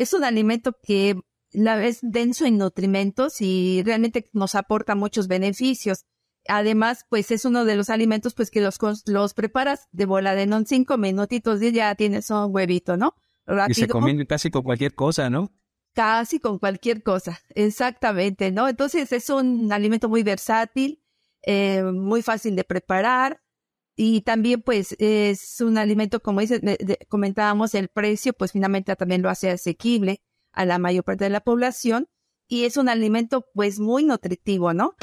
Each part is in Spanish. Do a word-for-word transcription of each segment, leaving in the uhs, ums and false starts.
es un alimento que la, es denso en nutrimentos y realmente nos aporta muchos beneficios. Además, pues es uno de los alimentos pues que los, los preparas de volada en cinco minutitos y ya tienes un huevito, ¿no? Rápido. Y se comen casi con cualquier cosa, ¿no? Casi con cualquier cosa, exactamente, ¿no? Entonces es un alimento muy versátil, eh, muy fácil de preparar y también pues es un alimento, como dice, de, de, comentábamos, el precio pues finalmente también lo hace asequible a la mayor parte de la población y es un alimento pues muy nutritivo, ¿no?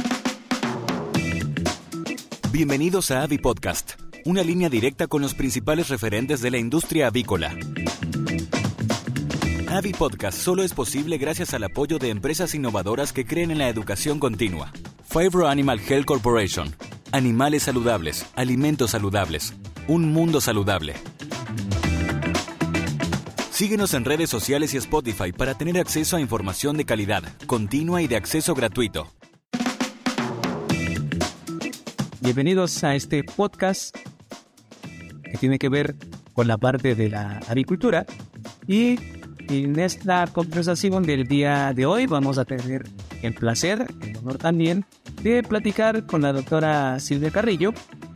Bienvenidos a Avi Podcast, una línea directa con los principales referentes de la industria avícola. Avi Podcast solo es posible gracias al apoyo de empresas innovadoras que creen en la educación continua. Phibro Animal Health Corporation. Animales saludables, alimentos saludables, un mundo saludable. Síguenos en redes sociales y Spotify para tener acceso a información de calidad, continua y de acceso gratuito. Bienvenidos a este podcast que tiene que ver con la parte de la avicultura y en esta conversación del día de hoy vamos a tener el placer, el honor también, de platicar con la doctora Silvia Carrillo.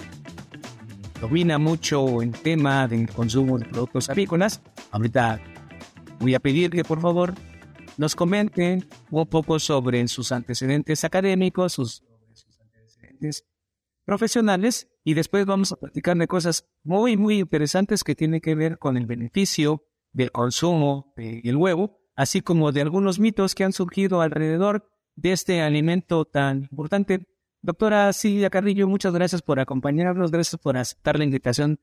Domina mucho el tema del consumo de productos avícolas. Ahorita voy a pedir que por favor nos comenten un poco sobre sus antecedentes académicos, sus, sus antecedentes profesionales y después vamos a platicar de cosas muy, muy interesantes que tienen que ver con el beneficio del consumo del huevo, así como de algunos mitos que han surgido alrededor de este alimento tan importante. Doctora Silvia Carrillo, muchas gracias por acompañarnos, gracias por aceptar la invitación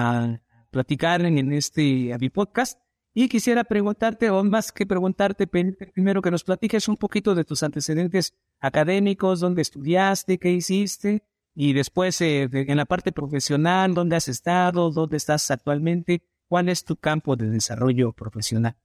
a platicar en este Avipodcast. Y quisiera preguntarte, o más que preguntarte, primero que nos platiques un poquito de tus antecedentes académicos, dónde estudiaste, qué hiciste, y después eh, de, en la parte profesional, dónde has estado, dónde estás actualmente. ¿Cuál es tu campo de desarrollo profesional?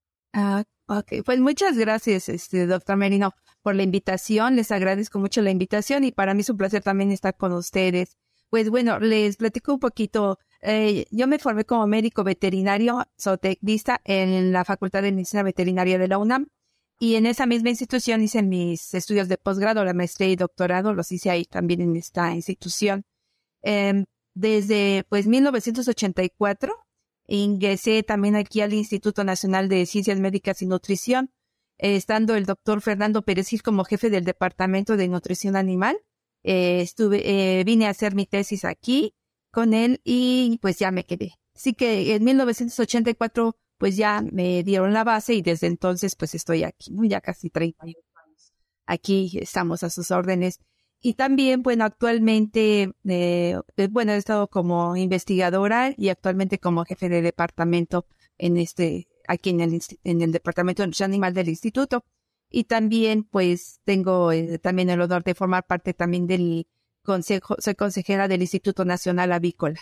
Ah, ok. Pues muchas gracias, este, doctor Merino, por la invitación. Les agradezco mucho la invitación y para mí es un placer también estar con ustedes. Pues bueno, les platico un poquito. Eh, yo me formé como médico veterinario zootecnista en la Facultad de Medicina Veterinaria de la UNAM y en esa misma institución hice mis estudios de posgrado, la maestría y doctorado, los hice ahí también en esta institución. Eh, desde pues mil novecientos ochenta y cuatro ingresé también aquí al Instituto Nacional de Ciencias Médicas y Nutrición, eh, estando el doctor Fernando Pérez Gil como jefe del Departamento de Nutrición Animal. Eh, estuve, eh, vine a hacer mi tesis aquí con él y pues ya me quedé. Así que en mil novecientos ochenta y cuatro pues ya me dieron la base y desde entonces pues estoy aquí, ¿no? Ya casi treinta y ocho años. Aquí estamos a sus órdenes. Y también, bueno, actualmente, eh, bueno, he estado como investigadora y actualmente como jefe de departamento en este, aquí en el, en el Departamento de Nutrición Animal del Instituto. Y también, pues, tengo eh, también el honor de formar parte también del consejo, soy consejera del Instituto Nacional Avícola.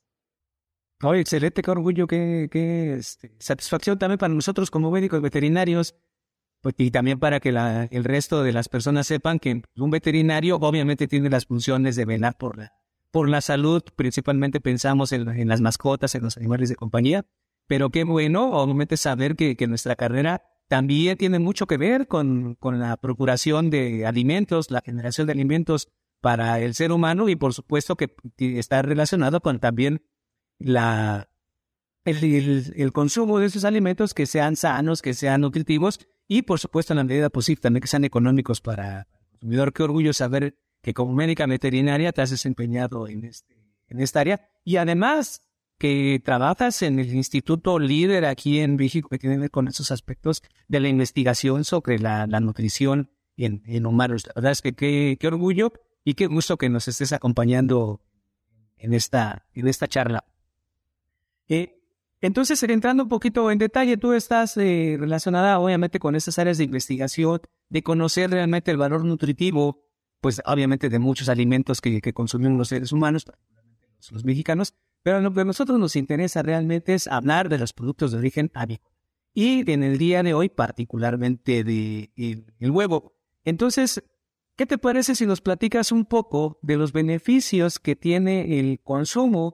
Oh, excelente, qué orgullo, qué, qué este, satisfacción también para nosotros como médicos veterinarios. Y también para que la, el resto de las personas sepan que un veterinario obviamente tiene las funciones de velar por la, por la salud, principalmente pensamos en, en las mascotas, en los animales de compañía, pero qué bueno obviamente saber que, que nuestra carrera también tiene mucho que ver con, con la procuración de alimentos, la generación de alimentos para el ser humano y por supuesto que está relacionado con también la, el, el, el consumo de esos alimentos que sean sanos, que sean nutritivos, y por supuesto en la medida posible también que sean económicos para el consumidor. Qué orgullo saber que como médica veterinaria te has desempeñado en, este, en esta área y además que trabajas en el instituto líder aquí en México que tiene que ver con esos aspectos de la investigación sobre la, la nutrición en, en humanos. La verdad es que qué, qué orgullo y qué gusto que nos estés acompañando en esta, en esta charla. Eh, Entonces, entrando un poquito en detalle, tú estás eh, relacionada obviamente con estas áreas de investigación, de conocer realmente el valor nutritivo, pues obviamente de muchos alimentos que, que consumimos los seres humanos, particularmente los, los mexicanos, pero lo que a nosotros nos interesa realmente es hablar de los productos de origen avícola. Y en el día de hoy particularmente de, de el huevo. Entonces, ¿qué te parece si nos platicas un poco de los beneficios que tiene el consumo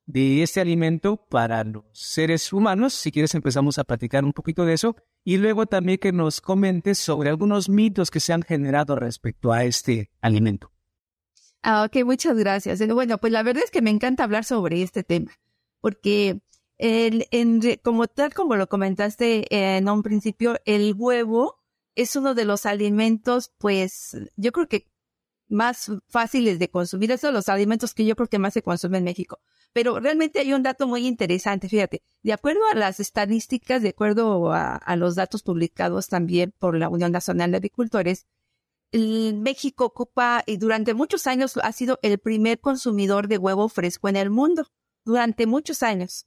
de este alimento para los seres humanos. Si quieres empezamos a platicar un poquito de eso y luego también que nos comentes sobre algunos mitos que se han generado respecto a este alimento. Ah, ok, muchas gracias. Bueno, pues la verdad es que me encanta hablar sobre este tema, porque el, en, como tal como lo comentaste en un principio, el huevo es uno de los alimentos, pues yo creo que más fáciles de consumir. Esos son los alimentos que yo creo que más se consumen en México. Pero realmente hay un dato muy interesante, fíjate. De acuerdo a las estadísticas, de acuerdo a, a los datos publicados también por la Unión Nacional de Agricultores, el México ocupa y durante muchos años ha sido el primer consumidor de huevo fresco en el mundo. Durante muchos años.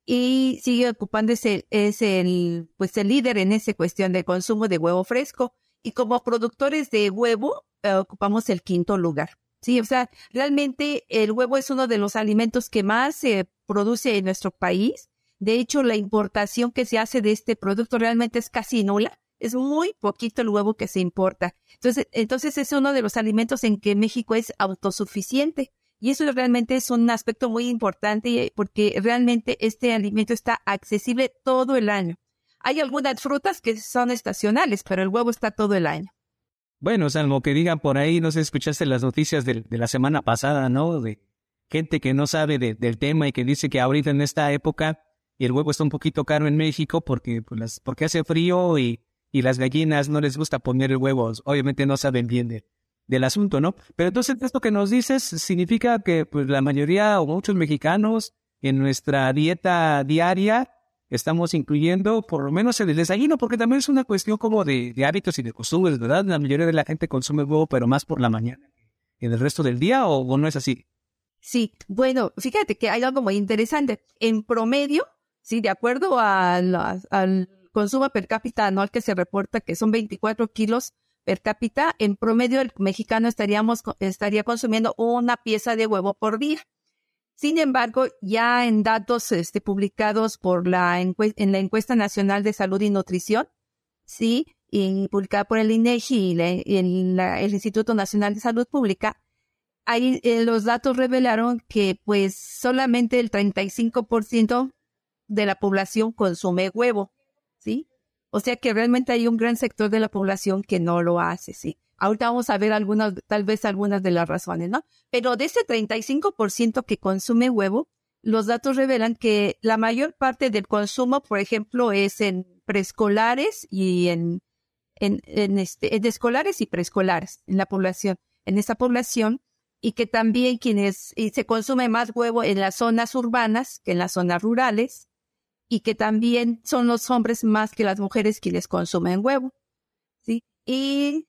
Y sigue ocupando ese, es el, pues el líder en esa cuestión de consumo de huevo fresco. Y como productores de huevo, eh, ocupamos el quinto lugar. Sí, o sea, realmente el huevo es uno de los alimentos que más se produce en nuestro país. De hecho, la importación que se hace de este producto realmente es casi nula. Es muy poquito el huevo que se importa. Entonces, entonces es uno de los alimentos en que México es autosuficiente. Y eso realmente es un aspecto muy importante porque realmente este alimento está accesible todo el año. Hay algunas frutas que son estacionales, pero el huevo está todo el año. Bueno, salvo que digan por ahí, no sé, escuchaste las noticias de, de la semana pasada, ¿no? De gente que no sabe de, del tema y que dice que ahorita en esta época el huevo está un poquito caro en México porque, pues, las, porque hace frío y, y las gallinas no les gusta poner el huevo. Obviamente no saben bien de, del asunto, ¿no? Pero entonces esto que nos dices significa que pues la mayoría o muchos mexicanos en nuestra dieta diaria estamos incluyendo por lo menos el desayuno, porque también es una cuestión como de, de hábitos y de costumbres, ¿verdad? La mayoría de la gente consume huevo, pero más por la mañana que en el resto del día, ¿o, o no es así? Sí, bueno, fíjate que hay algo muy interesante. En promedio, sí, de acuerdo a la, al consumo per cápita anual que se reporta, que son veinticuatro kilos per cápita, en promedio el mexicano estaríamos, estaría consumiendo una pieza de huevo por día. Sin embargo, ya en datos este, publicados por la encue- en la Encuesta Nacional de Salud y Nutrición, sí, y publicada por el INEGI y, la, y el, la, el Instituto Nacional de Salud Pública, ahí eh, los datos revelaron que pues solamente el treinta y cinco por ciento de la población consume huevo, ¿sí? O sea que realmente hay un gran sector de la población que no lo hace, ¿sí? Ahorita vamos a ver algunas, tal vez algunas de las razones, ¿no? Pero de ese treinta y cinco por ciento que consume huevo, los datos revelan que la mayor parte del consumo, por ejemplo, es en preescolares y en, en, en, este, en escolares y preescolares, en la población, en esa población, y que también quienes, y se consume más huevo en las zonas urbanas que en las zonas rurales, y que también son los hombres más que las mujeres quienes consumen huevo, ¿sí? Y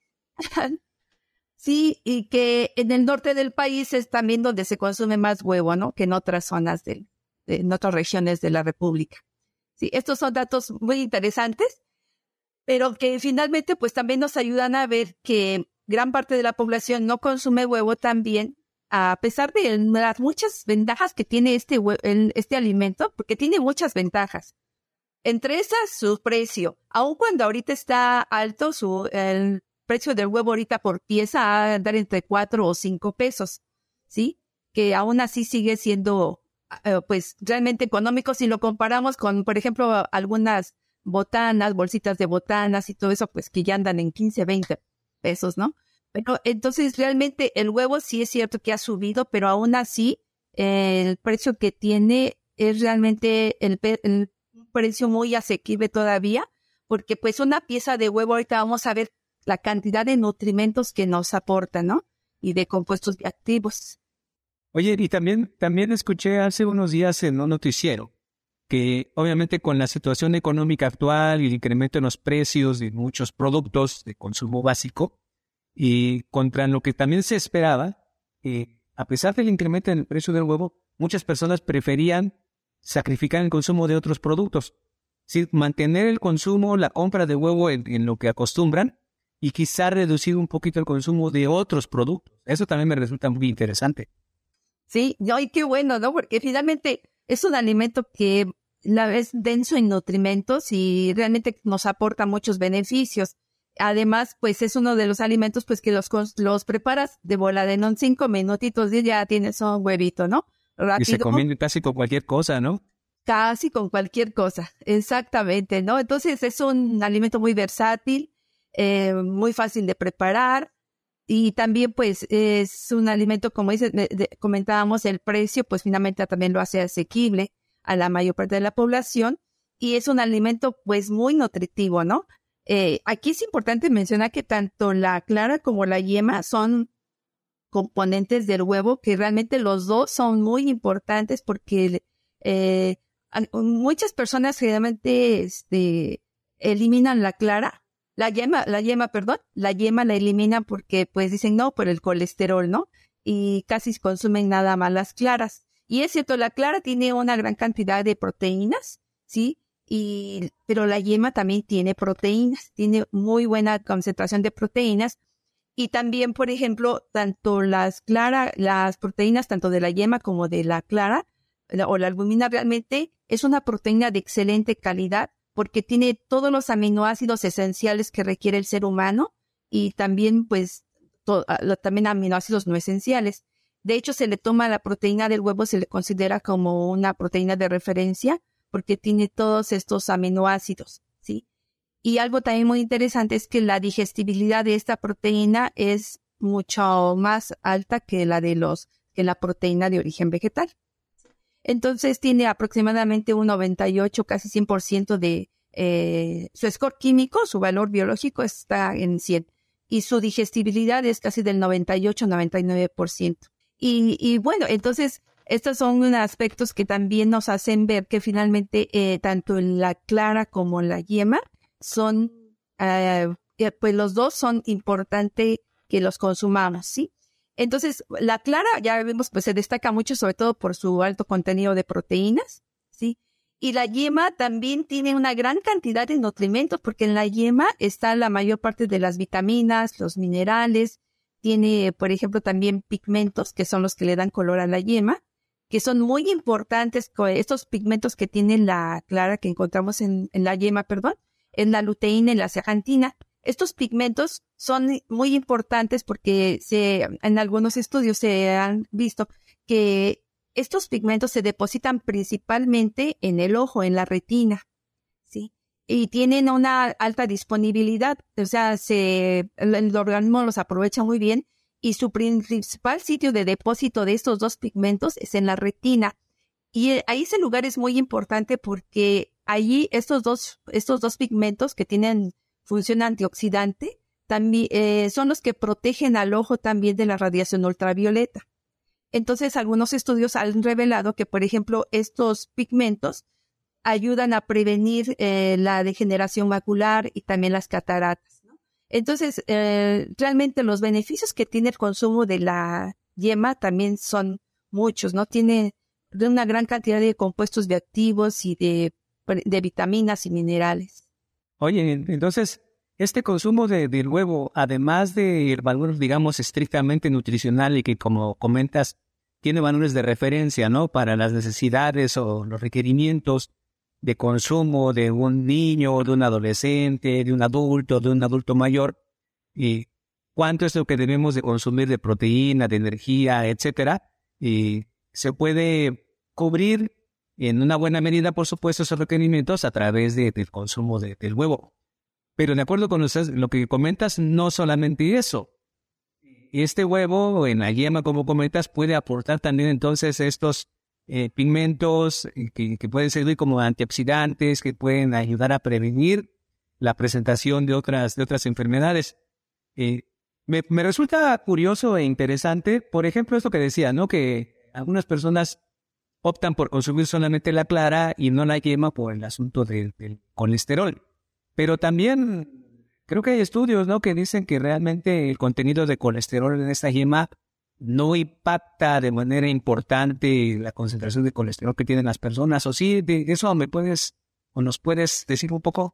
sí, y que en el norte del país es también donde se consume más huevo, ¿no? Que en otras zonas, de, de, en otras regiones de la República. Sí, estos son datos muy interesantes, pero que finalmente pues también nos ayudan a ver que gran parte de la población no consume huevo también, a pesar de las muchas ventajas que tiene este, hue- el, este alimento, porque tiene muchas ventajas. Entre esas, su precio. Aun cuando ahorita está alto, su el precio del huevo ahorita por pieza va a andar entre cuatro o cinco pesos, ¿sí? Que aún así sigue siendo, eh, pues, realmente económico si lo comparamos con, por ejemplo, algunas botanas, bolsitas de botanas y todo eso, pues que ya andan en quince, veinte pesos, ¿no? Pero entonces realmente el huevo sí es cierto que ha subido, pero aún así eh, el precio que tiene es realmente el, pe- el precio muy asequible todavía, porque pues una pieza de huevo, ahorita vamos a ver la cantidad de nutrimentos que nos aporta, ¿no? Y de compuestos bioactivos. Oye, y también, también escuché hace unos días en un noticiero que obviamente con la situación económica actual y el incremento en los precios de muchos productos de consumo básico, y contra lo que también se esperaba, eh, a pesar del incremento en el precio del huevo, muchas personas preferían sacrificar el consumo de otros productos. Sí, mantener el consumo, la compra de huevo en, en lo que acostumbran y quizá reducir un poquito el consumo de otros productos. Eso también me resulta muy interesante. Sí, no, y qué bueno, ¿no? Porque finalmente es un alimento que la, es denso en nutrimentos y realmente nos aporta muchos beneficios. Además, pues es uno de los alimentos pues que los, los preparas de volada en cinco minutitos y ya tienes un huevito, ¿no? rápido. Y se comen casi con cualquier cosa, ¿no? Casi con cualquier cosa, exactamente, ¿no? Entonces es un alimento muy versátil, eh, muy fácil de preparar y también pues es un alimento, como dice, de, de, comentábamos, el precio pues finalmente también lo hace asequible a la mayor parte de la población y es un alimento pues muy nutritivo, ¿no? Eh, aquí es importante mencionar que tanto la clara como la yema son componentes del huevo que realmente los dos son muy importantes porque eh, muchas personas generalmente este, eliminan la clara, la yema, la yema, perdón, la yema la eliminan porque pues dicen no, por el colesterol, ¿no? Y casi consumen nada más las claras. Y es cierto, la clara tiene una gran cantidad de proteínas, ¿sí? Y, pero la yema también tiene proteínas, tiene muy buena concentración de proteínas. Y también, por ejemplo, tanto las clara, las proteínas, tanto de la yema como de la clara, o la albumina realmente es una proteína de excelente calidad porque tiene todos los aminoácidos esenciales que requiere el ser humano y también pues to, también aminoácidos no esenciales. De hecho, se le toma la proteína del huevo, se le considera como una proteína de referencia porque tiene todos estos aminoácidos, ¿sí? Y algo también muy interesante es que la digestibilidad de esta proteína es mucho más alta que la de los que la proteína de origen vegetal. Entonces tiene aproximadamente un noventa y ocho, casi cien por ciento de eh, su score químico, su valor biológico está en cien y su digestibilidad es casi del noventa y ocho, noventa y nueve por ciento. Y, y bueno, entonces estos son unos aspectos que también nos hacen ver que finalmente eh, tanto la clara como la yema son, eh, pues los dos son importantes que los consumamos, ¿sí? Entonces, la clara, ya vemos, pues se destaca mucho, sobre todo por su alto contenido de proteínas, ¿sí? Y la yema también tiene una gran cantidad de nutrimentos, porque en la yema está la mayor parte de las vitaminas, los minerales, tiene, por ejemplo, también pigmentos, que son los que le dan color a la yema, que son muy importantes, estos pigmentos que tiene la clara, que encontramos en, en la yema, perdón, en la luteína y la zeaxantina. Estos pigmentos son muy importantes porque se, en algunos estudios se han visto que estos pigmentos se depositan principalmente en el ojo, en la retina, ¿sí? Y tienen una alta disponibilidad, o sea, se, el, el organismo los aprovecha muy bien y su principal sitio de depósito de estos dos pigmentos es en la retina. Y ahí ese lugar es muy importante porque allí estos dos, estos dos pigmentos que tienen función antioxidante, también eh, son los que protegen al ojo también de la radiación ultravioleta. Entonces, algunos estudios han revelado que, por ejemplo, estos pigmentos ayudan a prevenir eh, la degeneración macular y también las cataratas, ¿no? Entonces, eh, realmente los beneficios que tiene el consumo de la yema también son muchos, ¿no? Tiene una gran cantidad de compuestos bioactivos y de, de vitaminas y minerales. Oye, entonces, este consumo de, del huevo, además del valor, digamos, estrictamente nutricional y que, como comentas, tiene valores de referencia, ¿no? Para las necesidades o los requerimientos de consumo de un niño, de un adolescente, de un adulto, de un adulto mayor, y cuánto es lo que debemos de consumir de proteína, de energía, etcétera, y se puede cubrir en una buena medida, por supuesto, esos requerimientos a través de, del consumo de, del huevo. Pero de acuerdo con ustedes, lo que comentas, no solamente eso. Este huevo, en la yema, como comentas, puede aportar también entonces estos eh, pigmentos que, que pueden servir como antioxidantes, que pueden ayudar a prevenir la presentación de otras, de otras enfermedades. Eh, me, me resulta curioso e interesante, por ejemplo, esto que decía, ¿no? Que algunas personas optan por consumir solamente la clara y no la yema por el asunto de, del colesterol. Pero también creo que hay estudios, ¿no? Que dicen que realmente el contenido de colesterol en esta yema no impacta de manera importante la concentración de colesterol que tienen las personas. ¿O sí? ¿De eso me puedes o nos puedes decir un poco?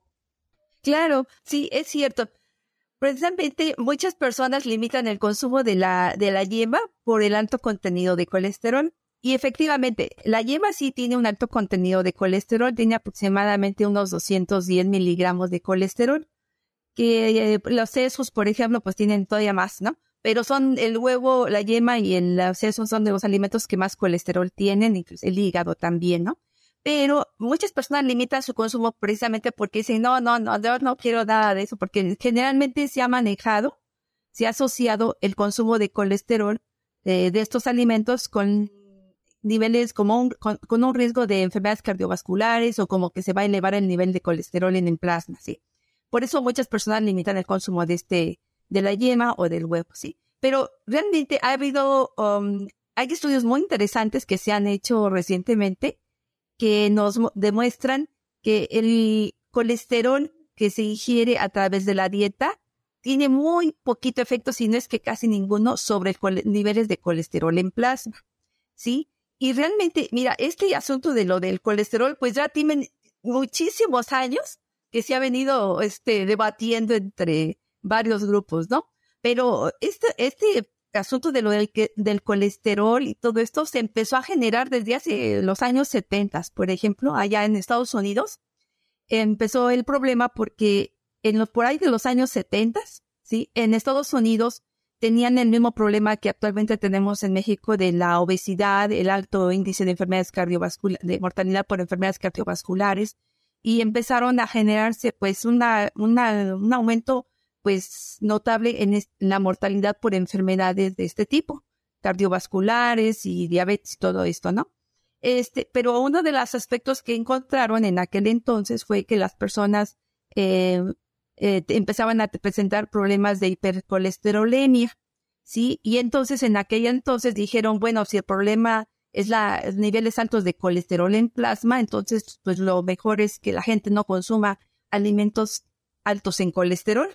Claro, sí, es cierto. Precisamente muchas personas limitan el consumo de la, de la yema por el alto contenido de colesterol. Y efectivamente, la yema sí tiene un alto contenido de colesterol, tiene aproximadamente unos doscientos diez miligramos de colesterol, que eh, los sesos, por ejemplo, pues tienen todavía más, ¿no? pero son el huevo, la yema y el seso son de los alimentos que más colesterol tienen, incluso el hígado también, ¿no? Pero muchas personas limitan su consumo precisamente porque dicen, no, no, no, yo no quiero nada de eso, porque generalmente se ha manejado, se ha asociado el consumo de colesterol eh, de estos alimentos con niveles como un, con, con un riesgo de enfermedades cardiovasculares o como que se va a elevar el nivel de colesterol en el plasma, ¿sí? Por eso muchas personas limitan el consumo de este, de la yema o del huevo, ¿sí? Pero realmente ha habido, um, hay estudios muy interesantes que se han hecho recientemente que nos demuestran que el colesterol que se ingiere a través de la dieta tiene muy poquito efecto, si no es que casi ninguno, sobre el cole- niveles de colesterol en plasma, ¿sí? Y realmente, mira, este asunto de lo del colesterol, pues ya tienen muchísimos años que se ha venido este, debatiendo entre varios grupos, ¿no? Pero este, este asunto de lo del, del colesterol y todo esto se empezó a generar desde hace los años setenta, por ejemplo, allá en Estados Unidos. Empezó el problema porque en los, por ahí de los años setenta, ¿sí? En Estados Unidos tenían el mismo problema que actualmente tenemos en México de la obesidad, el alto índice de enfermedades cardiovasculares, de mortalidad por enfermedades cardiovasculares, y empezaron a generarse pues una, una, un aumento pues notable en la mortalidad por enfermedades de este tipo, cardiovasculares y diabetes y todo esto, ¿no? Este, pero uno de los aspectos que encontraron en aquel entonces fue que las personas eh, eh, empezaban a presentar problemas de hipercolesterolemia, ¿sí? Y entonces en aquel entonces dijeron, bueno, si el problema es la, los niveles altos de colesterol en plasma, entonces pues lo mejor es que la gente no consuma alimentos altos en colesterol.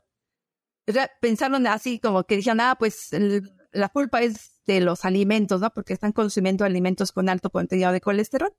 O sea, pensaron así como que dijeron, ah, pues el, la culpa es de los alimentos, ¿no? Porque están consumiendo alimentos con alto contenido de colesterol.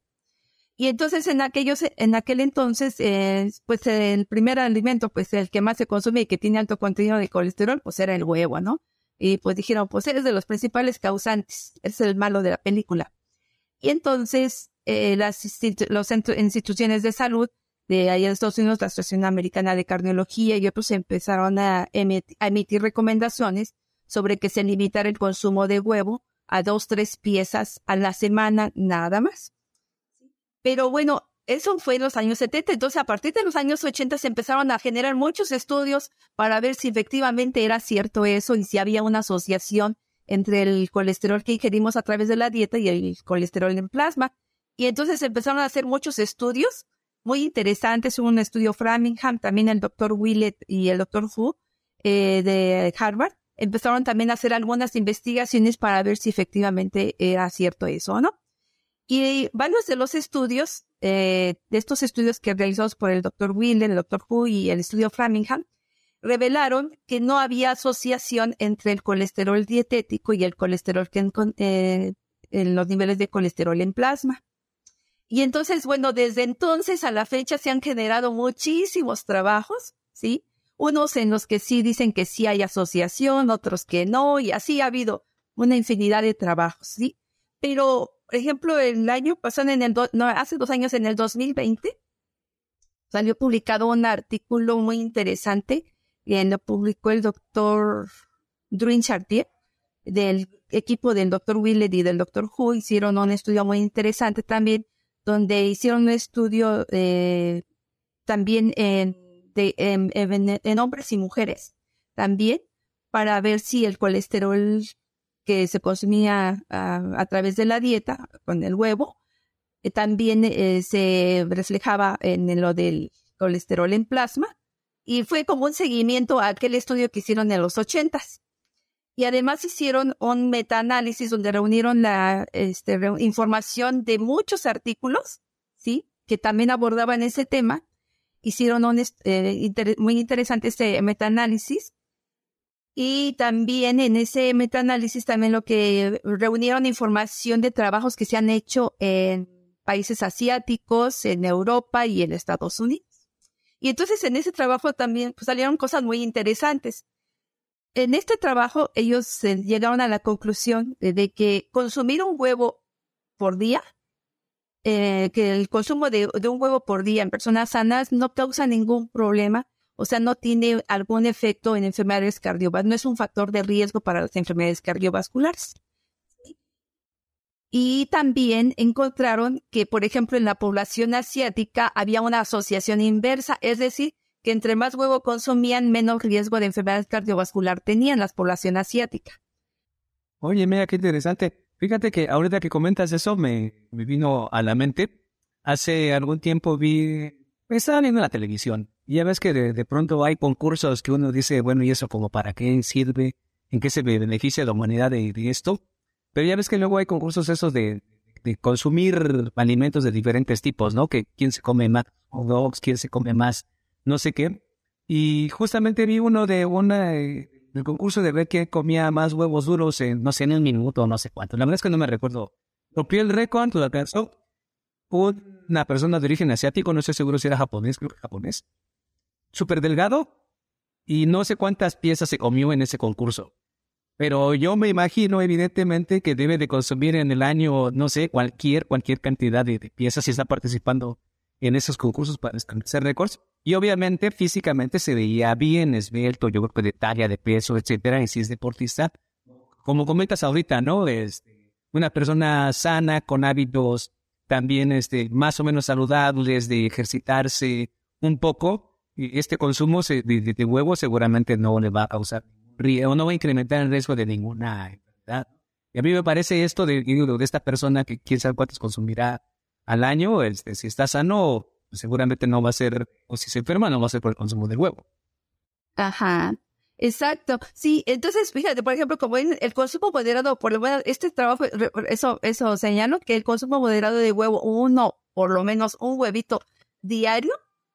Y entonces en aquellos, en aquel entonces, eh, pues el primer alimento, pues el que más se consume y que tiene alto contenido de colesterol, pues era el huevo, ¿no? Y pues dijeron, pues es de los principales causantes, es el malo de la película. Y entonces eh, las institu- los instituciones de salud de allá de Estados Unidos, la Asociación Americana de Cardiología y otros empezaron a, emit- a emitir recomendaciones sobre que se limitara el consumo de huevo a dos, tres piezas a la semana, nada más. Pero bueno, eso fue en los años setenta, entonces a partir de los años ochenta se empezaron a generar muchos estudios para ver si efectivamente era cierto eso y si había una asociación entre el colesterol que ingerimos a través de la dieta y el colesterol en plasma. Y entonces empezaron a hacer muchos estudios muy interesantes. Hubo un estudio Framingham, también el doctor Willett y el doctor Hu eh, de Harvard. Empezaron también a hacer algunas investigaciones para ver si efectivamente era cierto eso o no. Y varios de los estudios, eh, de estos estudios que realizados por el doctor Willett, el doctor Hu y el estudio Framingham, revelaron que no había asociación entre el colesterol dietético y el colesterol que en, eh, en los niveles de colesterol en plasma. Y entonces, bueno, desde entonces a la fecha se han generado muchísimos trabajos, ¿sí? Unos en los que sí dicen que sí hay asociación, otros que no, y así ha habido una infinidad de trabajos, ¿sí? Pero, por ejemplo, el año pasado, en el do, no, hace dos años, en el dos mil veinte, salió publicado un artículo muy interesante que lo publicó el doctor Drin Chartier, del equipo del doctor Willett y del doctor Hu. Hicieron un estudio muy interesante también, donde hicieron un estudio eh, también en, de, en, en, en hombres y mujeres, también para ver si el colesterol que se consumía a, a través de la dieta, con el huevo, eh, también eh, se reflejaba en lo del colesterol en plasma, y fue como un seguimiento a aquel estudio que hicieron en los ochentas. Y además hicieron un metaanálisis donde reunieron la este, re, información de muchos artículos, ¿sí?, que también abordaban ese tema. Hicieron un eh, inter, muy interesante este metaanálisis. Y también en ese metaanálisis también lo que reunieron información de trabajos que se han hecho en países asiáticos, en Europa y en Estados Unidos. Y entonces en ese trabajo también pues, salieron cosas muy interesantes. En este trabajo ellos eh, llegaron a la conclusión de, de que consumir un huevo por día, eh, que el consumo de, de un huevo por día en personas sanas no causa ningún problema. O sea, no tiene algún efecto en enfermedades cardiovasculares, no es un factor de riesgo para las enfermedades cardiovasculares. Y también encontraron que, por ejemplo, en la población asiática había una asociación inversa, es decir, que entre más huevo consumían, menos riesgo de enfermedad cardiovascular tenían la población asiática. Oye, mira, qué interesante. Fíjate que ahorita que comentas eso me, me vino a la mente. Hace algún tiempo vi, estaba viendo la televisión. Y ya ves que de, de pronto hay concursos que uno dice, bueno, ¿y eso como para qué sirve? ¿En qué se beneficia la humanidad de, de esto? Pero ya ves que luego hay concursos esos de, de consumir alimentos de diferentes tipos, ¿no? Que quién se come más hot dogs, quién se come más no sé qué. Y justamente vi uno de una eh, del concurso de ver quién comía más huevos duros en, no sé, en un minuto o no sé cuánto. La verdad es que no me recuerdo. Rompió el récord, lo alcanzó una persona de origen asiático, no estoy seguro si era japonés, creo que japonés. Súper delgado y no sé cuántas piezas se comió en ese concurso. Pero yo me imagino, evidentemente, que debe de consumir en el año, no sé, cualquier cualquier cantidad de, de piezas si está participando en esos concursos para establecer récords. Y obviamente, físicamente se veía bien, esbelto, yo creo que de talla, de peso, etcétera. Y si es deportista, como comentas ahorita, ¿no? Este, una persona sana, con hábitos también este, más o menos saludables, de ejercitarse un poco. Y este consumo de, de, de huevos seguramente no le va a causar o no va a incrementar el riesgo de ninguna enfermedad. Y a mí me parece esto de, de esta persona que quién sabe cuántos consumirá al año, este, si está sano, pues seguramente no va a ser, o si se enferma, no va a ser por el consumo del huevo. Ajá, exacto. Sí, entonces, fíjate, por ejemplo, como el, el consumo moderado, por lo menos este trabajo, eso, eso señaló que el consumo moderado de huevo, uno, por lo menos un huevito diario,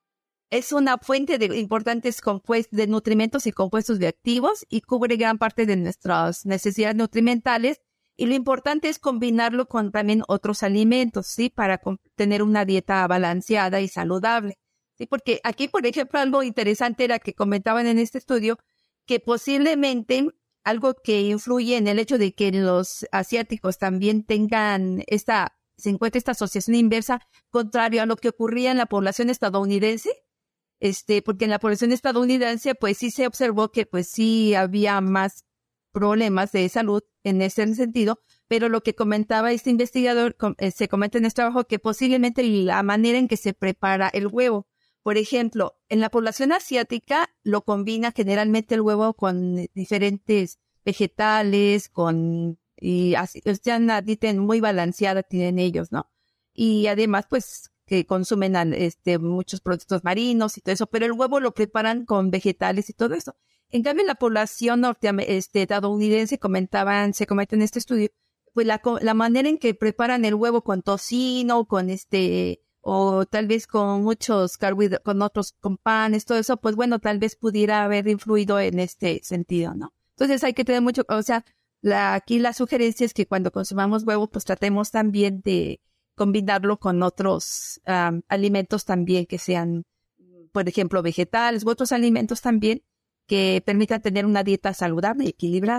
es una fuente de importantes compuestos de nutrimentos y compuestos bioactivos y cubre gran parte de nuestras necesidades nutrimentales. Y lo importante es combinarlo con también otros alimentos, ¿sí? Para tener una dieta balanceada y saludable, ¿sí? Porque aquí, por ejemplo, algo interesante era que comentaban en este estudio que posiblemente algo que influye en el hecho de que los asiáticos también tengan esta, se encuentre esta asociación inversa, contrario a lo que ocurría en la población estadounidense. Este, porque en la población estadounidense, pues sí se observó que pues sí había más problemas de salud en ese sentido, pero lo que comentaba este investigador, eh, se comenta en este trabajo que posiblemente la manera en que se prepara el huevo. Por ejemplo, en la población asiática lo combina generalmente el huevo con diferentes vegetales, con, y así, ya una dieta muy balanceada tienen ellos, ¿no? Y además, pues, que consumen este, muchos productos marinos y todo eso, pero el huevo lo preparan con vegetales y todo eso. En cambio, en la población norteamericana, este, estadounidense, comentaban, se comenta en este estudio, pues la, la manera en que preparan el huevo con tocino, con este, o tal vez con muchos carbohidratos, con otros, con panes, todo eso, pues bueno, tal vez pudiera haber influido en este sentido, ¿no? Entonces hay que tener mucho, o sea, la, aquí la sugerencia es que cuando consumamos huevo, pues tratemos también de combinarlo con otros um, alimentos también que sean, por ejemplo, vegetales u otros alimentos también que permitan tener una dieta saludable y equilibrada.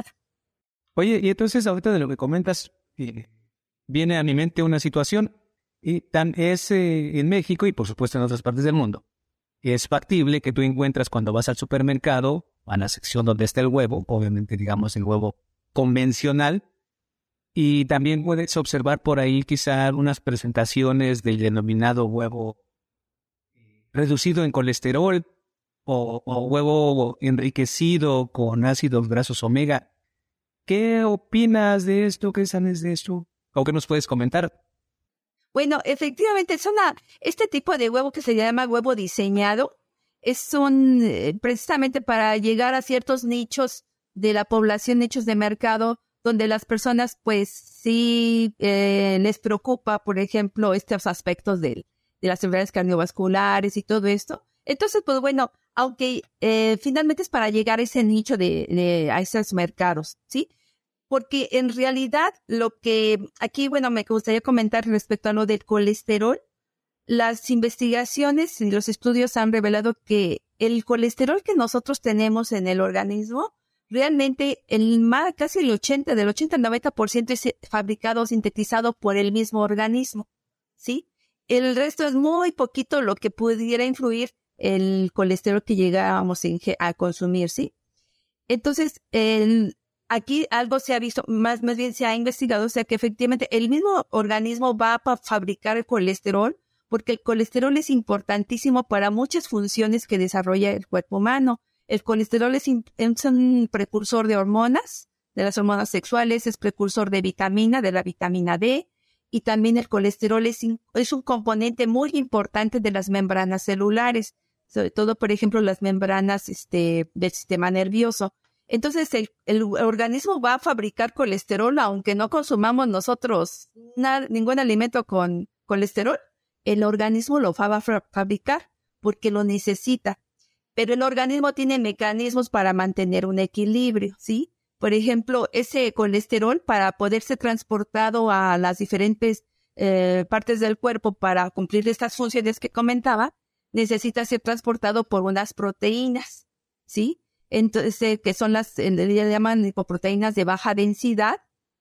Oye, y entonces ahorita de lo que comentas, eh, viene a mi mente una situación, y tan es eh, en México y por supuesto en otras partes del mundo. Es factible que tú encuentras cuando vas al supermercado, a la sección donde está el huevo, obviamente digamos el huevo convencional, y también puedes observar por ahí quizá unas presentaciones del denominado huevo reducido en colesterol o, o huevo enriquecido con ácidos grasos omega. ¿Qué opinas de esto? ¿Qué sabes de esto? ¿O qué nos puedes comentar? Bueno, efectivamente, es una, este tipo de huevo que se llama huevo diseñado es un, eh, precisamente para llegar a ciertos nichos de la población, nichos de mercado, donde las personas pues sí eh, les preocupa, por ejemplo, estos aspectos de, de las enfermedades cardiovasculares y todo esto. Entonces, pues bueno, aunque eh, finalmente es para llegar a ese nicho de, de a esos mercados, ¿sí? Porque en realidad lo que aquí, bueno, me gustaría comentar respecto a lo del colesterol. Las investigaciones y los estudios han revelado que el colesterol que nosotros tenemos en el organismo, realmente el más, casi el ochenta, del ochenta al noventa por ciento es fabricado o sintetizado por el mismo organismo, ¿sí? El resto es muy poquito lo que pudiera influir el colesterol que llegamos a consumir, ¿sí? Entonces, el, aquí algo se ha visto, más, más bien se ha investigado, o sea que efectivamente el mismo organismo va a fabricar el colesterol, porque el colesterol es importantísimo para muchas funciones que desarrolla el cuerpo humano. El colesterol es, es un precursor de hormonas, de las hormonas sexuales, es precursor de vitamina, de la vitamina D, y también el colesterol es, es un componente muy importante de las membranas celulares, sobre todo, por ejemplo, las membranas este, del sistema nervioso. Entonces, el, el organismo va a fabricar colesterol, aunque no consumamos nosotros nada, ningún alimento con colesterol, el organismo lo va a fabricar porque lo necesita. Pero el organismo tiene mecanismos para mantener un equilibrio, ¿sí? Por ejemplo, ese colesterol, para poder ser transportado a las diferentes eh, partes del cuerpo para cumplir estas funciones que comentaba, necesita ser transportado por unas proteínas, ¿sí? Entonces, que son las, le llaman lipoproteínas de baja densidad,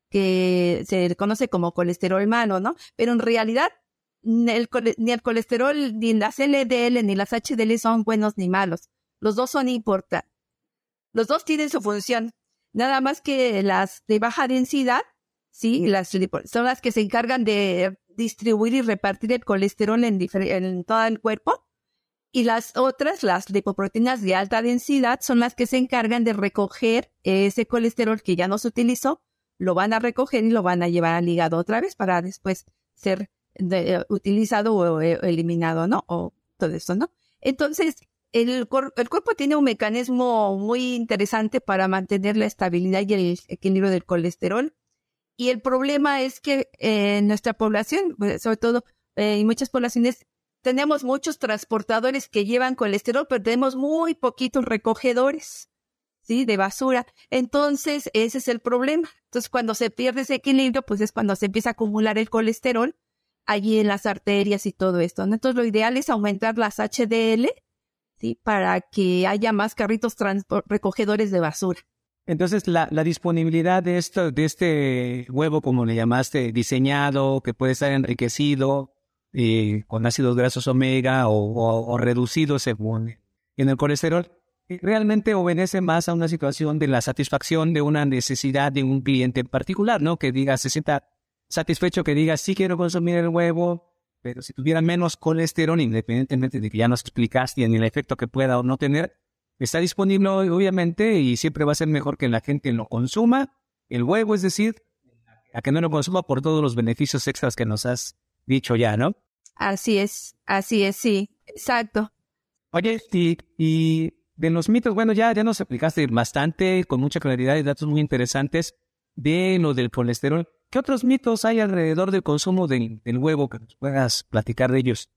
que se conoce como colesterol malo, ¿no? Pero en realidad, ni el, ni el colesterol, ni las L D L, ni las H D L son buenos ni malos. Los dos son importantes. Los dos tienen su función. Nada más que las de baja densidad, sí, las son las que se encargan de distribuir y repartir el colesterol en, en todo el cuerpo. Y las otras, las lipoproteínas de alta densidad, son las que se encargan de recoger ese colesterol que ya no se utilizó, lo van a recoger y lo van a llevar al hígado otra vez para después ser de, uh, utilizado o eh, eliminado, ¿no? O todo eso, ¿no? Entonces, el, cor- el cuerpo tiene un mecanismo muy interesante para mantener la estabilidad y el equilibrio del colesterol. Y el problema es que eh, en nuestra población, sobre todo eh, en muchas poblaciones, tenemos muchos transportadores que llevan colesterol, pero tenemos muy poquitos recogedores, ¿sí? De basura. Entonces, ese es el problema. Entonces, cuando se pierde ese equilibrio, pues es cuando se empieza a acumular el colesterol allí en las arterias y todo esto, ¿no? Entonces, lo ideal es aumentar las H D L, ¿sí? Para que haya más carritos transpor- recogedores de basura. Entonces, la, la disponibilidad de esto, de este huevo, como le llamaste, diseñado, que puede estar enriquecido, Eh, con ácidos grasos omega o, o, o reducidos según en el colesterol, realmente obedece más a una situación de la satisfacción de una necesidad de un cliente en particular, ¿no? Que diga, se sienta satisfecho, que diga, sí quiero consumir el huevo, pero si tuviera menos colesterol, independientemente de que ya nos explicaste en el efecto que pueda o no tener, está disponible obviamente y siempre va a ser mejor que la gente lo consuma, el huevo, es decir, a que no lo consuma por todos los beneficios extras que nos has dicho ya, ¿no? Así es, así es, sí, exacto. Oye, y, y de los mitos, bueno, ya, ya nos explicaste bastante, con mucha claridad y datos muy interesantes de lo del colesterol. ¿Qué otros mitos hay alrededor del consumo del, del huevo que nos puedas platicar de ellos?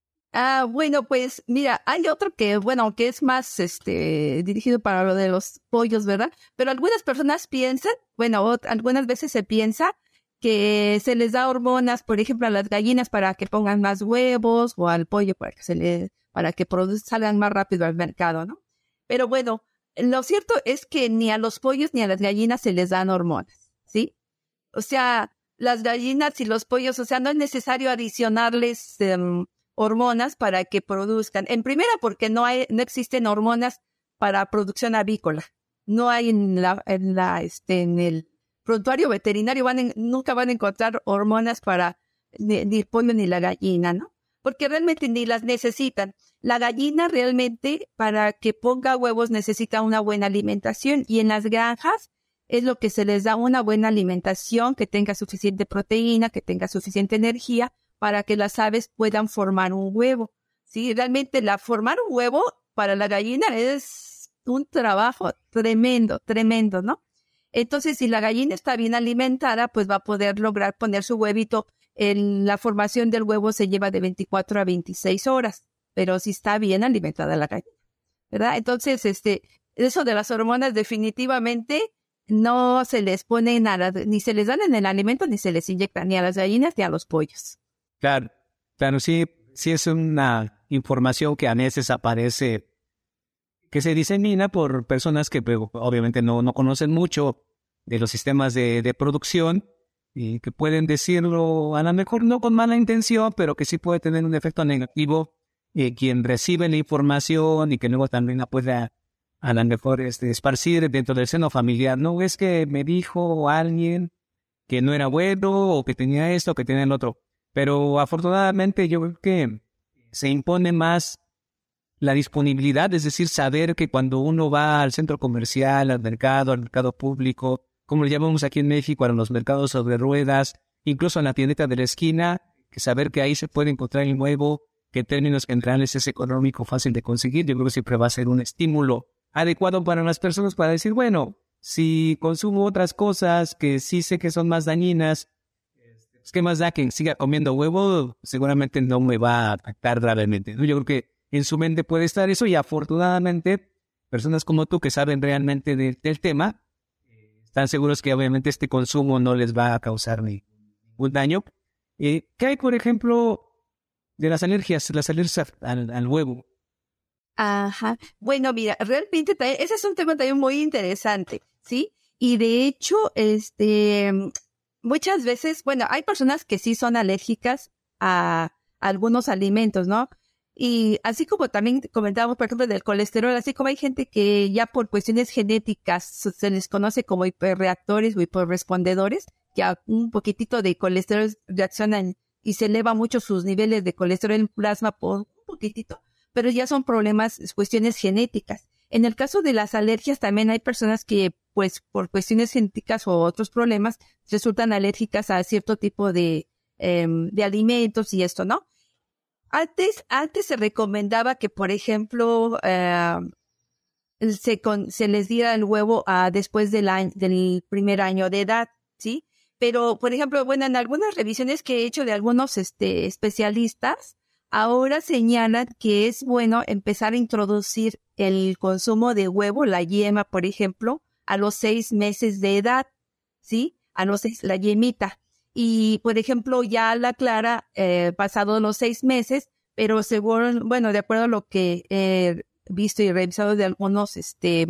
Ah, bueno, pues mira, hay otro que, bueno, que es más este dirigido para lo de los pollos, ¿verdad? Pero algunas personas piensan, bueno, o, algunas veces se piensa que se les da hormonas, por ejemplo, a las gallinas para que pongan más huevos o al pollo para que se le, para que produzcan, salgan más rápido al mercado, ¿no? Pero bueno, lo cierto es que ni a los pollos ni a las gallinas se les dan hormonas, ¿sí? O sea, las gallinas y los pollos, o sea, no es necesario adicionarles um, hormonas para que produzcan. En primera, porque no hay, no existen hormonas para producción avícola. No hay en la, en la, este, en el prontuario veterinario van en, nunca van a encontrar hormonas para ni, ni el pollo ni la gallina, ¿no? Porque realmente ni las necesitan. La gallina realmente para que ponga huevos necesita una buena alimentación y en las granjas es lo que se les da, una buena alimentación que tenga suficiente proteína, que tenga suficiente energía para que las aves puedan formar un huevo. Sí, realmente la formar un huevo para la gallina es un trabajo tremendo, tremendo, ¿no? Entonces, si la gallina está bien alimentada, pues va a poder lograr poner su huevito. En la formación del huevo se lleva de veinticuatro a veintiséis horas, pero si está bien alimentada la gallina, ¿verdad? Entonces, este, eso de las hormonas definitivamente no se les pone nada, ni se les dan en el alimento, ni se les inyectan ni a las gallinas ni a los pollos. Claro, claro, sí, sí es una información que a veces aparece, que se disemina por personas que obviamente no, no conocen mucho de los sistemas de, de producción y que pueden decirlo a lo mejor no con mala intención, pero que sí puede tener un efecto negativo eh, quien recibe la información y que luego también la pueda a lo mejor este, esparcir dentro del seno familiar. No, es que me dijo alguien que no era bueno o que tenía esto o que tenía el otro. Pero afortunadamente yo creo que se impone más la disponibilidad, es decir, saber que cuando uno va al centro comercial, al mercado, al mercado público, como lo llamamos aquí en México, a los mercados sobre ruedas, incluso en la tiendita de la esquina, que saber que ahí se puede encontrar el nuevo, que en términos generales es económico, fácil de conseguir, yo creo que siempre va a ser un estímulo adecuado para las personas para decir, bueno, si consumo otras cosas que sí sé que son más dañinas, pues, ¿qué más da que siga comiendo huevo? Seguramente no me va a afectar gravemente, ¿no? Yo creo que en su mente puede estar eso y afortunadamente personas como tú que saben realmente de, del tema están seguros que obviamente este consumo no les va a causar ni, ningún daño. Eh, ¿Qué hay, por ejemplo, de las alergias, las alergias al, al huevo? Ajá. Bueno, mira, realmente también, ese es un tema también muy interesante, ¿sí? Y de hecho, este, muchas veces, bueno, hay personas que sí son alérgicas a, a algunos alimentos, ¿no? Y así como también comentábamos, por ejemplo, del colesterol, así como hay gente que ya por cuestiones genéticas se les conoce como hiperreactores o hiperrespondedores, que a un poquitito de colesterol reaccionan y se eleva mucho sus niveles de colesterol en plasma por un poquitito, pero ya son problemas, cuestiones genéticas. En el caso de las alergias también hay personas que, pues, por cuestiones genéticas o otros problemas, resultan alérgicas a cierto tipo de, eh, de alimentos y esto, ¿no? Antes, antes se recomendaba que, por ejemplo, eh, se, con, se les diera el huevo a, después del, año, del primer año de edad, ¿sí? Pero, por ejemplo, bueno, en algunas revisiones que he hecho de algunos este, especialistas, ahora señalan que es bueno empezar a introducir el consumo de huevo, la yema, por ejemplo, a los seis meses de edad, ¿sí? A los seis, la yemita. Y, por ejemplo, ya la clara, eh, pasado los seis meses, pero seguro, bueno, de acuerdo a lo que he visto y revisado de algunos este,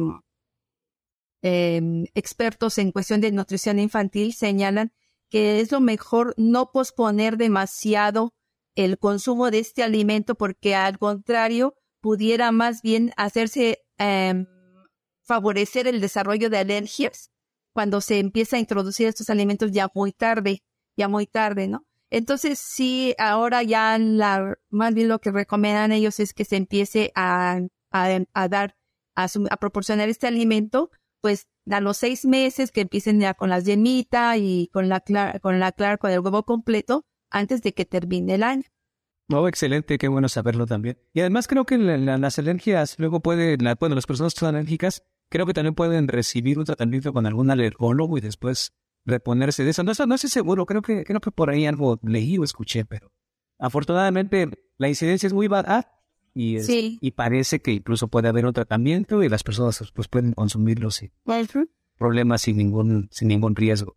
eh, expertos en cuestión de nutrición infantil, señalan que es lo mejor no posponer demasiado el consumo de este alimento porque, al contrario, pudiera más bien hacerse, eh, favorecer el desarrollo de alergias cuando se empieza a introducir estos alimentos ya muy tarde. ya muy tarde, ¿no? Entonces, sí, ahora ya la, más bien lo que recomiendan ellos es que se empiece a, a, a dar, a, a proporcionar este alimento, pues, a los seis meses, que empiecen ya con las yemitas y con la clara, con la clara, con el huevo completo, antes de que termine el año. Oh, excelente, qué bueno saberlo también. Y además creo que la, la, las alergias, luego pueden, la, bueno, las personas que son alérgicas, creo que también pueden recibir un tratamiento con algún alergólogo y después reponerse de eso. No, no estoy seguro, creo que, creo que por ahí algo leí o escuché, pero afortunadamente la incidencia es muy baja y, es, sí. y parece que incluso puede haber un tratamiento y las personas pues pueden consumirlo sin uh-huh. problemas, sin ningún, sin ningún riesgo.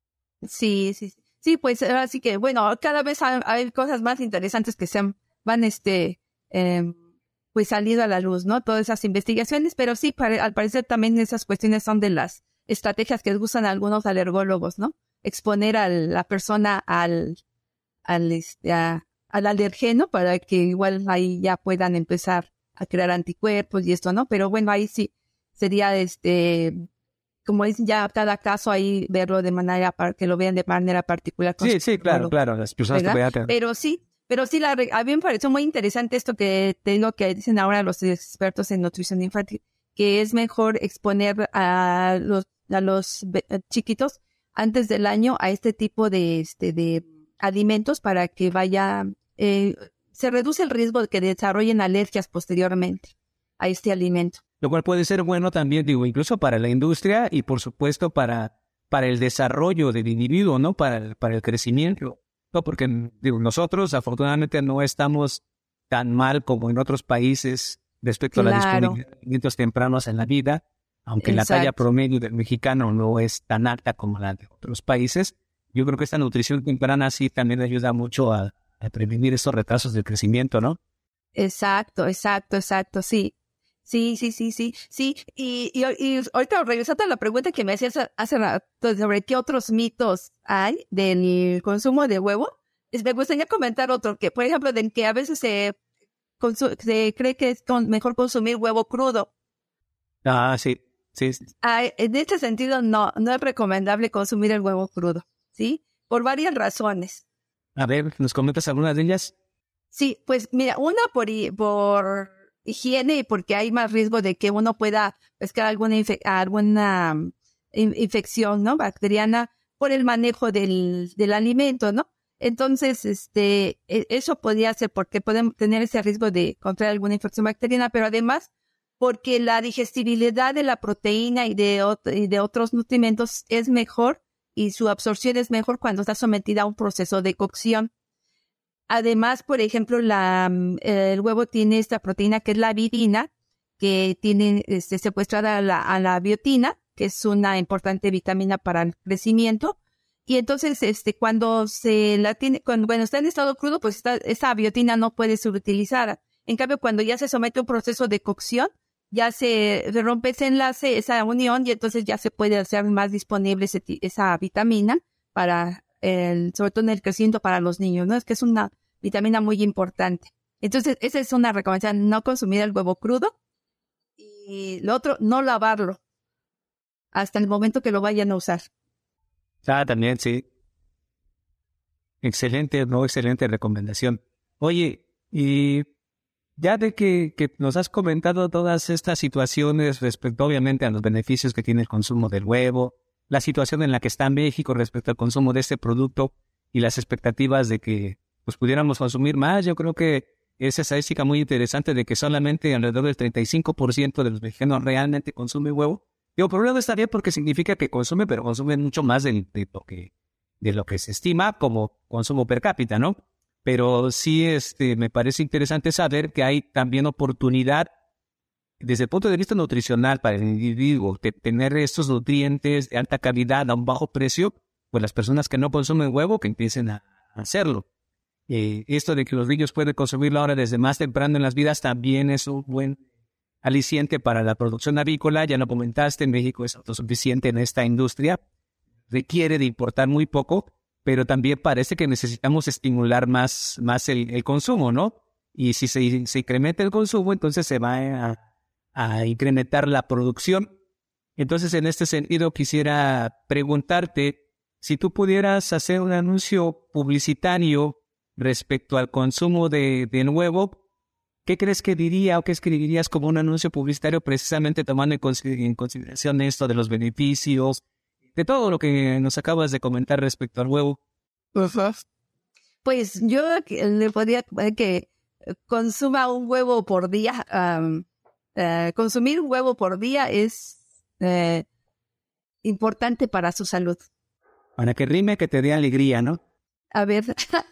Sí, sí, sí, pues así que bueno, cada vez hay, hay cosas más interesantes que se han, van este, eh, pues salido a la luz, ¿no? Todas esas investigaciones, pero sí, pare, al parecer también esas cuestiones son de las estrategias que usan algunos alergólogos, ¿no? Exponer a la persona al, al, este, a, al alergeno para que igual ahí ya puedan empezar a crear anticuerpos y esto, ¿no? Pero bueno, ahí sí sería, este, como dicen, ya cada caso ahí verlo de manera, para que lo vean de manera particular. Sí, sí, claro, claro, las personas ¿verdad? que vean. Pero sí, pero sí, la, a mí me pareció muy interesante esto que te digo que dicen ahora los expertos en nutrición infantil, que es mejor exponer a los a los chiquitos antes del año a este tipo de este de alimentos para que vaya eh, se reduce el riesgo de que desarrollen alergias posteriormente a este alimento. Lo cual puede ser bueno también, digo, incluso para la industria y por supuesto para para el desarrollo del individuo, ¿no? Para el, para el crecimiento. No, porque digo, nosotros afortunadamente no estamos tan mal como en otros países respecto claro. a la disponibilidad de alimentos tempranos en la vida. Aunque Exacto. la talla promedio del mexicano no es tan alta como la de otros países, yo creo que esta nutrición temprana sí también ayuda mucho a, a prevenir estos retrasos del crecimiento, ¿no? Exacto, exacto, exacto, sí. Sí, sí, sí, sí, sí. Y, y, y ahorita regresando a la pregunta que me hacías hace rato sobre qué otros mitos hay del consumo de huevo, me gustaría comentar otro, que por ejemplo, de que a veces se consu- se cree que es con- mejor consumir huevo crudo. Ah, sí, sí, sí. Ah, en este sentido, no, no es recomendable consumir el huevo crudo, ¿sí? Por varias razones. A ver, ¿nos comentas algunas de ellas? Sí, pues mira, una por, hi- por higiene y porque hay más riesgo de que uno pueda pescar alguna, infe- alguna mm, in- infección, ¿no? Bacteriana por el manejo del, del alimento, ¿no? Entonces, este, e- eso podría ser porque podemos tener ese riesgo de contraer alguna infección bacteriana, pero además porque la digestibilidad de la proteína y de, ot- y de otros nutrimentos es mejor y su absorción es mejor cuando está sometida a un proceso de cocción. Además, por ejemplo, la, mm, el huevo tiene esta proteína que es la virina, que tiene este, secuestrada a la, a la biotina, que es una importante vitamina para el crecimiento. Y entonces, este, cuando se la tiene, cuando, bueno, está en estado crudo, pues está, esa biotina no puede ser utilizada. En cambio, cuando ya se somete a un proceso de cocción, ya se rompe ese enlace, esa unión, y entonces ya se puede hacer más disponible ese ti- esa vitamina para el, sobre todo en el crecimiento para los niños, ¿no? Es que es una vitamina muy importante. Entonces, esa es una recomendación, no consumir el huevo crudo. Y lo otro, no lavarlo hasta el momento que lo vayan a usar. Ah, también, sí. Excelente, no, excelente recomendación. Oye, y ya de que, que nos has comentado todas estas situaciones respecto, obviamente, a los beneficios que tiene el consumo del huevo, la situación en la que está México respecto al consumo de este producto y las expectativas de que pues pudiéramos consumir más, yo creo que esa estadística muy interesante de que solamente alrededor del treinta y cinco por ciento de los mexicanos realmente consume huevo. Digo, por un lado está bien porque significa que consume, pero consume mucho más de, de lo que de lo que se estima como consumo per cápita, ¿no? Pero sí, este, me parece interesante saber que hay también oportunidad desde el punto de vista nutricional para el individuo de tener estos nutrientes de alta calidad a un bajo precio, pues las personas que no consumen huevo que empiecen a hacerlo. Eh, esto de que los niños pueden consumirlo ahora desde más temprano en las vidas también es un buen aliciente para la producción avícola. Ya lo comentaste, México es autosuficiente en esta industria, requiere de importar muy poco, pero también parece que necesitamos estimular más, más el, el consumo, ¿no? Y si se, se incrementa el consumo, entonces se va a, a incrementar la producción. Entonces, en este sentido, quisiera preguntarte si tú pudieras hacer un anuncio publicitario respecto al consumo de, de huevo, ¿qué crees que diría o qué escribirías como un anuncio publicitario precisamente tomando en, consider- en consideración esto de los beneficios, de todo lo que nos acabas de comentar respecto al huevo? Pues yo que- le podría poner que eh, consuma un huevo por día. am, eh, consumir un huevo por día es eh, importante para su salud. Para que rime, que te dé alegría, ¿no? A ver,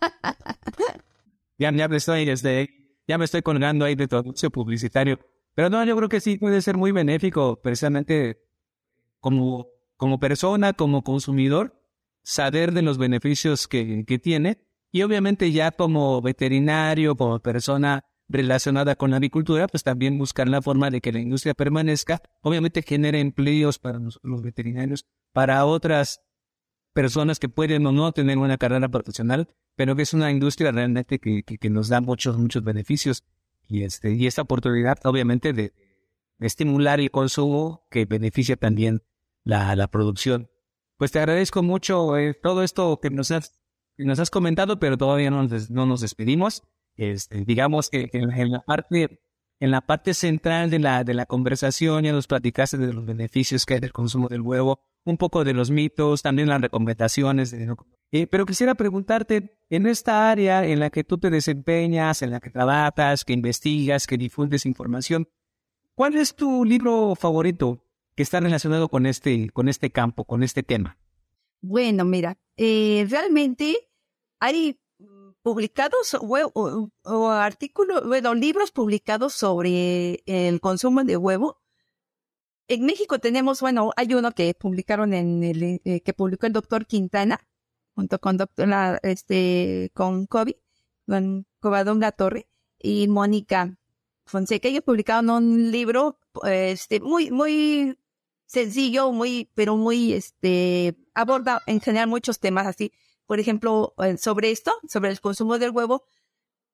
Ya, ya me estoy, este, ya me estoy colgando ahí de tu anuncio publicitario. Pero no, yo creo que sí puede ser muy benéfico, precisamente como, como persona, como consumidor, saber de los beneficios que, que tiene. Y obviamente ya como veterinario, como persona relacionada con la avicultura, pues también buscar la forma de que la industria permanezca. Obviamente genere empleos para nosotros los veterinarios, para otras personas que pueden o no tener una carrera profesional, pero que es una industria realmente que, que, que nos da muchos, muchos beneficios. Y, este, y esta oportunidad, obviamente, de, de estimular el consumo que beneficia también la, la producción. Pues te agradezco mucho eh, todo esto que nos has, que nos has comentado, pero todavía no nos, no nos despedimos. Este, digamos que en, en la parte en la parte central de la de la conversación ya nos platicaste de los beneficios que hay del consumo del huevo, un poco de los mitos, también las recomendaciones. De, eh, pero quisiera preguntarte, en esta área en la que tú te desempeñas, en la que trabajas, que investigas, que difundes información, ¿cuál es tu libro favorito que está relacionado con este con este campo, con este tema? bueno, mira, eh, realmente hay mm, publicados hue- o, o artículos, bueno, libros publicados sobre el consumo de huevo. En México tenemos, bueno, hay uno que publicaron en el, eh, que publicó el doctor Quintana, junto con doctor, la, este, con Kobe, con Covadonga La Torre y Mónica Fonseca. Ellos publicaron un libro, este, muy, muy sencillo, muy, pero muy, este, aborda en general muchos temas así. Por ejemplo, eh, sobre esto, sobre el consumo del huevo,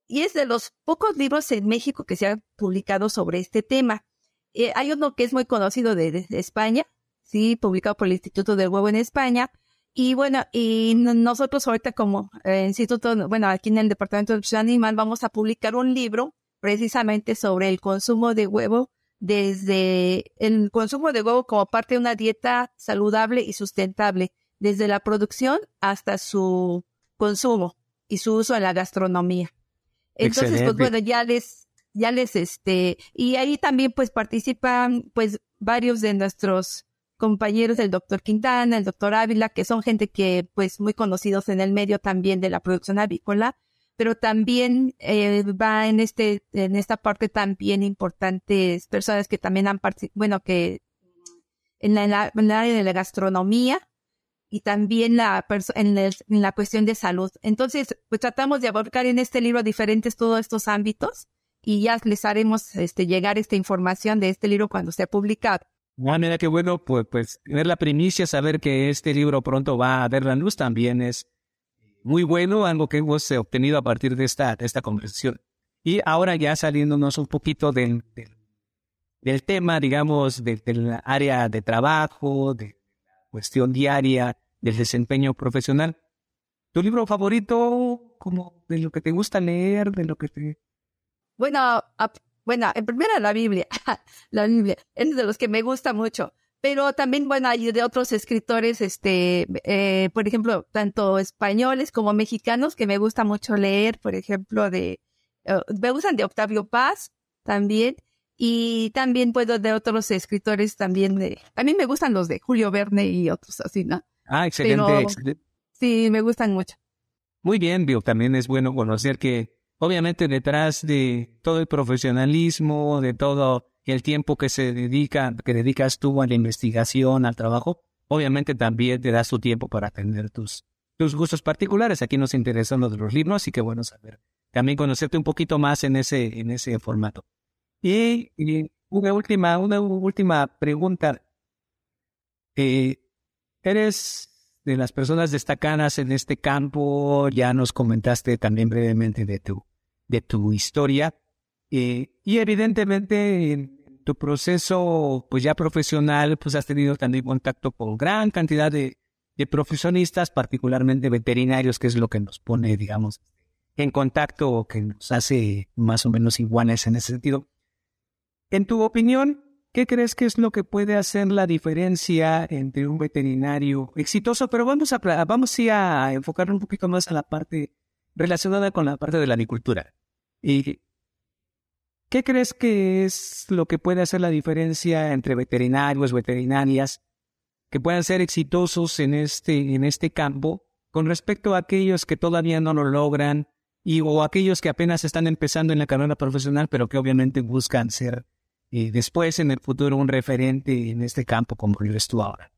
y es de los pocos libros en México que se han publicado sobre este tema. Eh, hay uno que es muy conocido de, de, de España, sí, publicado por el Instituto del Huevo en España. Y bueno, y nosotros ahorita como eh, instituto, bueno, aquí en el Departamento de Nutrición Animal vamos a publicar un libro precisamente sobre el consumo de huevo, desde el consumo de huevo como parte de una dieta saludable y sustentable, desde la producción hasta su consumo y su uso en la gastronomía. Entonces, Excelente. pues bueno, ya les, ya les, este, y ahí también pues participan pues varios de nuestros compañeros, el doctor Quintana, el doctor Ávila, que son gente que pues muy conocidos en el medio también de la producción avícola, pero también eh, va en este, en esta parte también importantes personas que también han participado, bueno, que en la, en la, en la área de la gastronomía y también la en, el, en la cuestión de salud. Entonces, pues tratamos de abarcar en este libro diferentes todos estos ámbitos y ya les haremos este, llegar esta información de este libro cuando sea publicado. Ah, mira qué bueno, pues, pues ver la primicia, saber que este libro pronto va a ver la luz también es muy bueno, algo que hemos obtenido a partir de esta, de esta conversación. Y ahora ya saliéndonos un poquito del, del, del tema, digamos, de, del área de trabajo, de la cuestión diaria, del desempeño profesional. ¿Tu libro favorito, como de lo que te gusta leer, de lo que te... Bueno, a, bueno, en primera la Biblia, la Biblia, es de los que me gusta mucho. Pero también, bueno, hay de otros escritores, este, eh, por ejemplo, tanto españoles como mexicanos, que me gusta mucho leer, por ejemplo, de, uh, me gustan de Octavio Paz también, y también puedo de otros escritores también de, a mí me gustan los de Julio Verne y otros así, ¿no? Ah, excelente, Pero, excelente. Sí, me gustan mucho. Muy bien, Bio, también es bueno conocer que, obviamente, detrás de todo el profesionalismo, de todo el tiempo que se dedica, que dedicas tú a la investigación, al trabajo, obviamente también te das tu tiempo para atender tus, tus gustos particulares. Aquí nos interesan los de los libros, así que bueno saber. También conocerte un poquito más en ese, en ese formato. Y, y una última, una última pregunta. Eh, ¿Eres de las personas destacadas en este campo? Ya nos comentaste también brevemente de tu, de tu historia. Eh, y evidentemente en tu proceso pues ya profesional pues has tenido también contacto con gran cantidad de, de profesionistas, particularmente veterinarios, que es lo que nos pone, digamos, en contacto o que nos hace más o menos iguales en ese sentido. En tu opinión, ¿qué crees que es lo que puede hacer la diferencia entre un veterinario exitoso? Pero vamos a, vamos sí a enfocarnos un poquito más a la parte relacionada con la parte de la agricultura. Y ¿qué crees que es lo que puede hacer la diferencia entre veterinarios, veterinarias, que puedan ser exitosos en este, en este campo, con respecto a aquellos que todavía no lo logran y o aquellos que apenas están empezando en la carrera profesional, pero que obviamente buscan ser eh, después en el futuro un referente en este campo como lo eres tú ahora?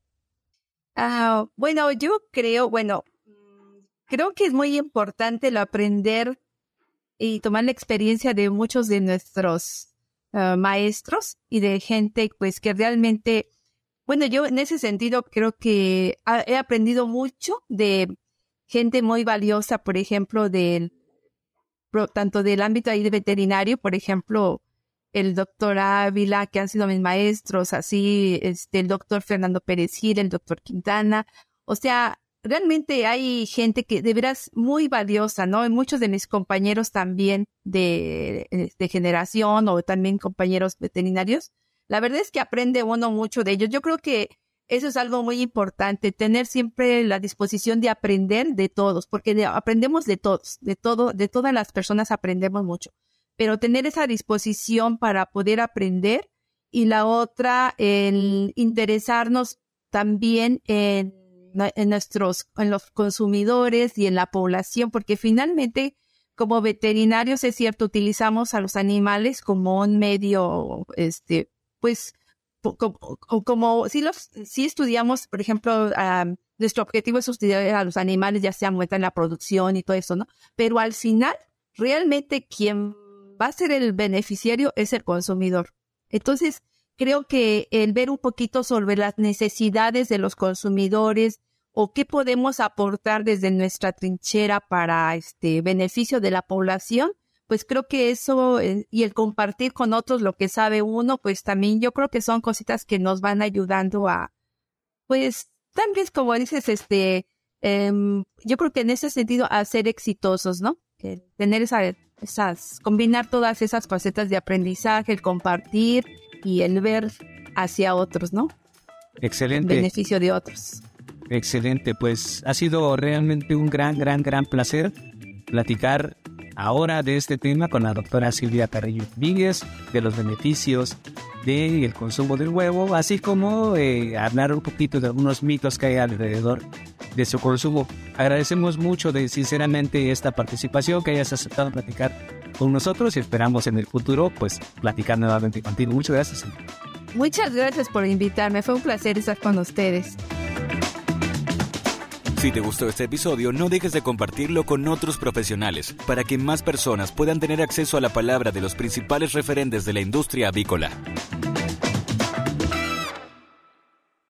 Ah, bueno, yo creo, bueno, creo que es muy importante el aprender y tomar la experiencia de muchos de nuestros uh, maestros y de gente pues que realmente, bueno, yo en ese sentido creo que ha, he aprendido mucho de gente muy valiosa, por ejemplo, del pro, tanto del ámbito ahí de veterinario, por ejemplo, el doctor Ávila, que han sido mis maestros, así, este, el doctor Fernando Pérez Gil, el doctor Quintana, o sea, realmente hay gente que de veras muy valiosa, ¿no? Y muchos de mis compañeros también de, de generación o también compañeros veterinarios. La verdad es que aprende uno mucho de ellos. Yo creo que eso es algo muy importante, tener siempre la disposición de aprender de todos, porque de, aprendemos de todos, de todo, de todas las personas aprendemos mucho. Pero tener esa disposición para poder aprender y la otra, el interesarnos también en en nuestros, en los consumidores y en la población, porque finalmente como veterinarios es cierto, utilizamos a los animales como un medio, este, pues, como, como si los, si estudiamos, por ejemplo, um, nuestro objetivo es estudiar a los animales, ya sea muestra en la producción y todo eso, ¿no? Pero al final, realmente quien va a ser el beneficiario es el consumidor. Entonces, creo que el ver un poquito sobre las necesidades de los consumidores o qué podemos aportar desde nuestra trinchera para este beneficio de la población, pues creo que eso eh, y el compartir con otros lo que sabe uno, pues también yo creo que son cositas que nos van ayudando a, pues también como dices, este, eh, yo creo que en ese sentido a ser exitosos, ¿no? Que tener esa, esas, combinar todas esas facetas de aprendizaje, el compartir y el ver hacia otros, ¿no? Excelente. En beneficio de otros. Excelente, pues ha sido realmente un gran, gran, gran placer platicar ahora de este tema con la doctora Silvia Carrillo Víguez, de los beneficios del consumo del huevo, así como eh, hablar un poquito de algunos mitos que hay alrededor de su consumo. Agradecemos mucho de sinceramente esta participación, que hayas aceptado platicar con nosotros y esperamos en el futuro pues platicar nuevamente contigo. Muchas gracias. Muchas gracias por invitarme, fue un placer estar con ustedes. Si te gustó este episodio, no dejes de compartirlo con otros profesionales para que más personas puedan tener acceso a la palabra de los principales referentes de la industria avícola.